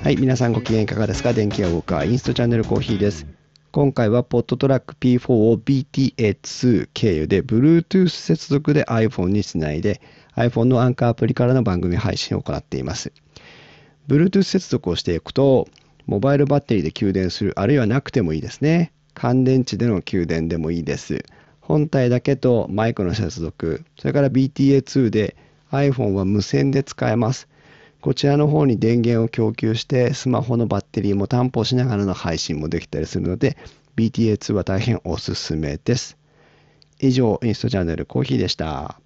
はい、皆さんご機嫌いかがですか？電気が動くインストチャンネルコーヒーです。今回はポッドトラック P4 を BTA2 経由で Bluetooth 接続で iPhone につないで iPhone のアンカーアプリからの番組配信を行っています。Bluetooth 接続をしていくと、モバイルバッテリーで給電する、あるいはなくてもいいですね。乾電池での給電でもいいです。本体だけとマイクの接続、それから BTA2 で iPhone は無線で使えます。こちらの方に電源を供給してスマホのバッテリーも担保しながらの配信もできたりするので BTA2 は大変おすすめです。以上、インストチャンネルコーヒーでした。